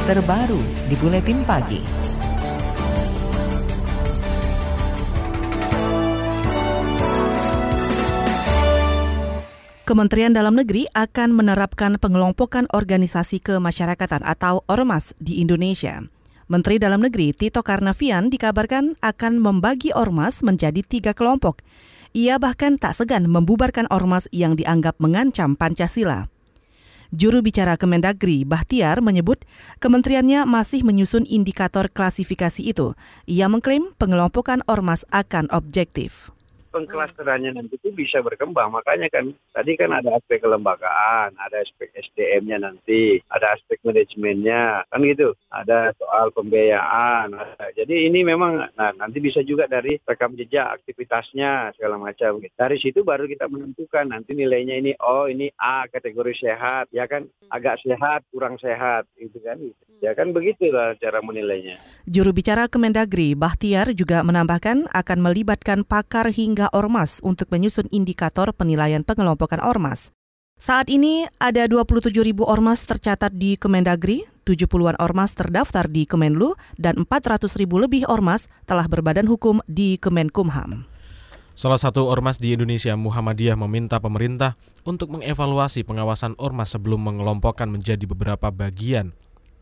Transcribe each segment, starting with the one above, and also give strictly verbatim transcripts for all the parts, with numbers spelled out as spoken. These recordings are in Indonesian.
terbaru di Buletin Pagi. Kementerian Dalam Negeri akan menerapkan pengelompokan organisasi kemasyarakatan atau ormas di Indonesia. Menteri Dalam Negeri Tito Karnavian dikabarkan akan membagi ormas menjadi tiga kelompok. Ia bahkan tak segan membubarkan ormas yang dianggap mengancam Pancasila. Juru bicara Kemendagri Bahtiar menyebut kementeriannya masih menyusun indikator klasifikasi itu. Ia mengklaim pengelompokan ormas akan objektif. Pengklasterannya nanti itu bisa berkembang. Makanya kan tadi kan ada aspek kelembagaan, ada aspek S D M-nya nanti, ada aspek manajemennya, kan gitu. Ada soal pembiayaan. Ada. Jadi ini memang nah, nanti bisa juga dari rekam jejak aktivitasnya segala macam. Dari situ baru kita menentukan nanti nilainya ini oh ini A kategori sehat, ya kan agak sehat, kurang sehat, gitu kan. Ya kan begitulah cara menilainya. Juru bicara Kemendagri Bahtiar juga menambahkan akan melibatkan pakar hingga ormas untuk menyusun indikator penilaian pengelompokan ormas. Saat ini ada dua puluh tujuh ribu ormas tercatat di Kemendagri, tujuh puluhan ormas terdaftar di Kemenlu, dan empat ratus ribu lebih ormas telah berbadan hukum di Kemenkumham. Salah satu ormas di Indonesia, Muhammadiyah, meminta pemerintah untuk mengevaluasi pengawasan ormas sebelum mengelompokkan menjadi beberapa bagian.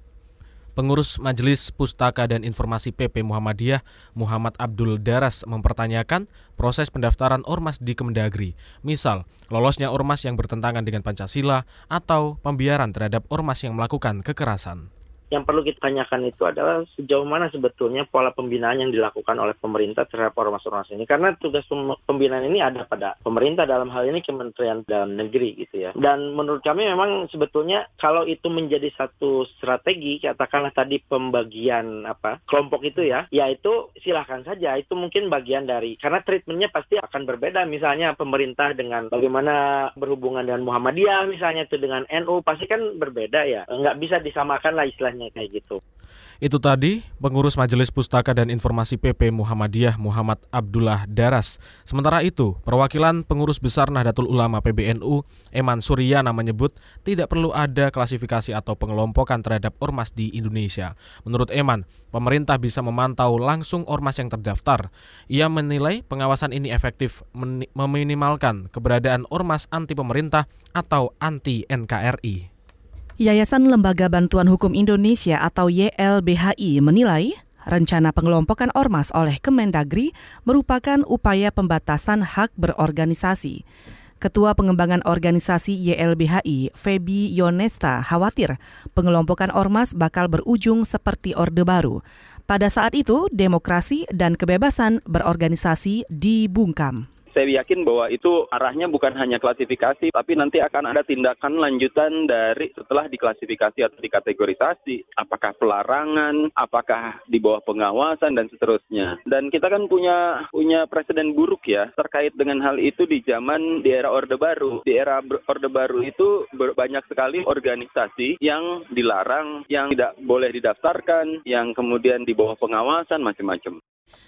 Pengurus Majelis Pustaka dan Informasi P P Muhammadiyah, Muhammad Abdul Daras, mempertanyakan proses pendaftaran ormas di Kemendagri. Misal, lolosnya ormas yang bertentangan dengan Pancasila atau pembiaran terhadap ormas yang melakukan kekerasan. Yang perlu kita tanyakan itu adalah sejauh mana sebetulnya pola pembinaan yang dilakukan oleh pemerintah terhadap ormas-ormas ini. Karena tugas pembinaan ini ada pada pemerintah, dalam hal ini Kementerian Dalam Negeri gitu ya. Dan menurut kami memang sebetulnya kalau itu menjadi satu strategi, katakanlah tadi pembagian apa kelompok itu ya, ya itu silahkan saja. Itu mungkin bagian dari, karena treatmentnya pasti akan berbeda. Misalnya pemerintah dengan bagaimana berhubungan dengan Muhammadiyah, misalnya itu dengan N U, pasti kan berbeda ya. Nggak bisa disamakan lah istilahnya. Kayak gitu. Itu tadi pengurus Majelis Pustaka dan Informasi P P Muhammadiyah Muhammad Abdullah Daras. Sementara itu, perwakilan pengurus besar Nahdlatul Ulama P B N U, Eman Suryana, menyebut tidak perlu ada klasifikasi atau pengelompokan terhadap ormas di Indonesia. Menurut Eman, pemerintah bisa memantau langsung ormas yang terdaftar. Ia menilai pengawasan ini efektif meminimalkan keberadaan ormas anti pemerintah atau anti N K R I. Yayasan Lembaga Bantuan Hukum Indonesia atau Y L B H I menilai rencana pengelompokan ormas oleh Kemendagri merupakan upaya pembatasan hak berorganisasi. Ketua Pengembangan Organisasi Y L B H I, Feby Yonesta, khawatir pengelompokan ormas bakal berujung seperti Orde Baru. Pada saat itu, demokrasi dan kebebasan berorganisasi dibungkam. Saya yakin bahwa itu arahnya bukan hanya klasifikasi, tapi nanti akan ada tindakan lanjutan dari setelah diklasifikasi atau dikategorisasi. Apakah pelarangan, apakah di bawah pengawasan, dan seterusnya. Dan kita kan punya punya presiden buruk ya, terkait dengan hal itu di zaman di era Orde Baru. Di era Orde Baru itu banyak sekali organisasi yang dilarang, yang tidak boleh didaftarkan, yang kemudian di bawah pengawasan, macam-macam.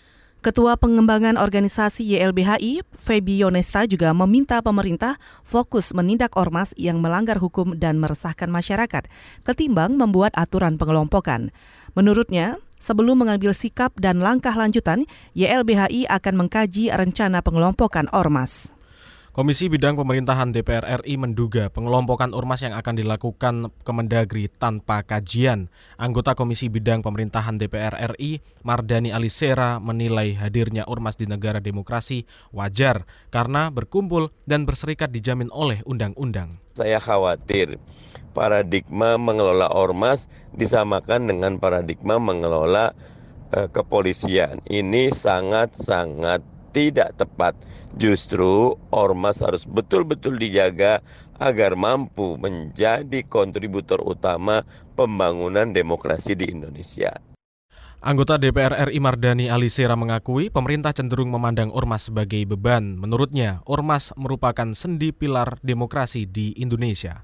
Ketua Pengembangan Organisasi Y L B H I, Feby Yonesta, juga meminta pemerintah fokus menindak ormas yang melanggar hukum dan meresahkan masyarakat, ketimbang membuat aturan pengelompokan. Menurutnya, sebelum mengambil sikap dan langkah lanjutan, Y L B H I akan mengkaji rencana pengelompokan ormas. Komisi Bidang Pemerintahan D P R R I menduga pengelompokan ormas yang akan dilakukan Kemendagri tanpa kajian. Anggota Komisi Bidang Pemerintahan D P R R I, Mardani Alisera, menilai hadirnya ormas di negara demokrasi wajar karena berkumpul dan berserikat dijamin oleh undang-undang. Saya khawatir paradigma mengelola ormas disamakan dengan paradigma mengelola uh, kepolisian. Ini sangat-sangat tidak tepat. Justru ormas harus betul-betul dijaga agar mampu menjadi kontributor utama pembangunan demokrasi di Indonesia. Anggota D P R R I Mardani Alisera mengakui pemerintah cenderung memandang ormas sebagai beban. Menurutnya, ormas merupakan sendi pilar demokrasi di Indonesia.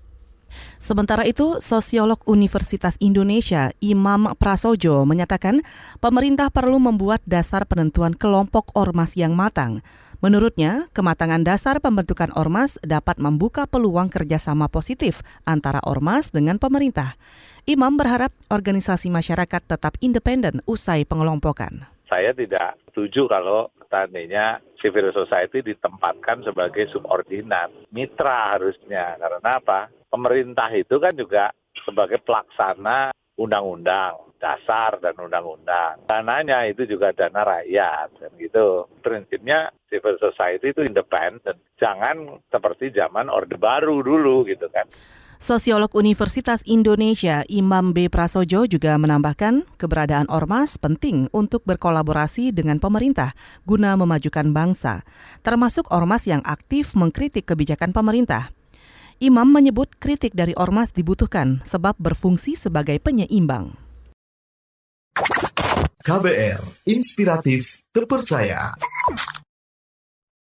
Sementara itu, sosiolog Universitas Indonesia Imam Prasojo menyatakan pemerintah perlu membuat dasar penentuan kelompok ormas yang matang. Menurutnya, kematangan dasar pembentukan ormas dapat membuka peluang kerjasama positif antara ormas dengan pemerintah. Imam berharap organisasi masyarakat tetap independen usai pengelompokan. Saya tidak setuju kalau tandanya civil society ditempatkan sebagai subordinat. Mitra harusnya, karena apa? Pemerintah itu kan juga sebagai pelaksana undang-undang dasar dan undang-undang. Dananya itu juga dana rakyat, dan gitu. Prinsipnya civil society itu independen, jangan seperti zaman Orde Baru dulu gitu kan. Sosiolog Universitas Indonesia Imam B. Prasojo juga menambahkan keberadaan ormas penting untuk berkolaborasi dengan pemerintah guna memajukan bangsa, termasuk ormas yang aktif mengkritik kebijakan pemerintah. Imam menyebut kritik dari ormas dibutuhkan sebab berfungsi sebagai penyeimbang. K B R, inspiratif, terpercaya.